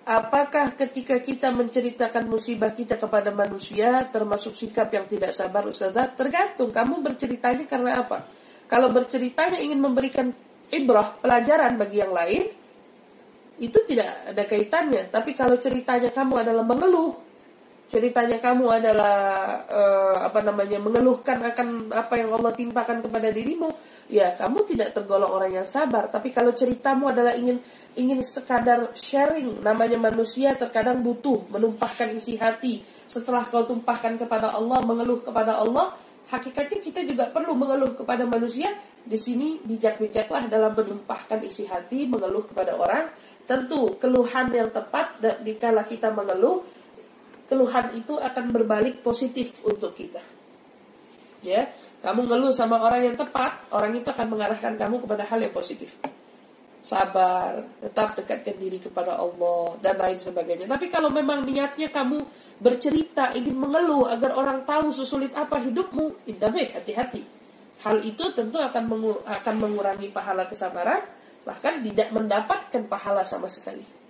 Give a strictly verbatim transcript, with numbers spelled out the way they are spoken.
apakah ketika kita menceritakan musibah kita kepada manusia termasuk sikap yang tidak sabar, Ustazah? Tergantung kamu berceritanya karena apa. Kalau berceritanya ingin memberikan ibrah, pelajaran bagi yang lain, itu tidak ada kaitannya. Tapi kalau ceritanya kamu adalah mengeluh, ceritanya kamu adalah uh, apa namanya mengeluhkan akan apa yang Allah timpakan kepada dirimu, ya kamu tidak tergolong orang yang sabar. Tapi kalau ceritamu adalah ingin ingin sekadar sharing, namanya manusia terkadang butuh menumpahkan isi hati. Setelah kau tumpahkan kepada Allah, mengeluh kepada Allah, hakikatnya kita juga perlu mengeluh kepada manusia. Di sini bijak-bijaklah dalam menumpahkan isi hati, mengeluh kepada orang. Tentu keluhan yang tepat dikala kita mengeluh, keluhan itu akan berbalik positif untuk kita. Ya, kamu ngeluh sama orang yang tepat, orang itu akan mengarahkan kamu kepada hal yang positif. Sabar, tetap dekatkan diri kepada Allah dan lain sebagainya. Tapi kalau memang niatnya kamu bercerita, ingin mengeluh agar orang tahu sesulit apa hidupmu, intabih, hati-hati. Hal itu tentu akan mengu- akan mengurangi pahala kesabaran, bahkan tidak mendapatkan pahala sama sekali.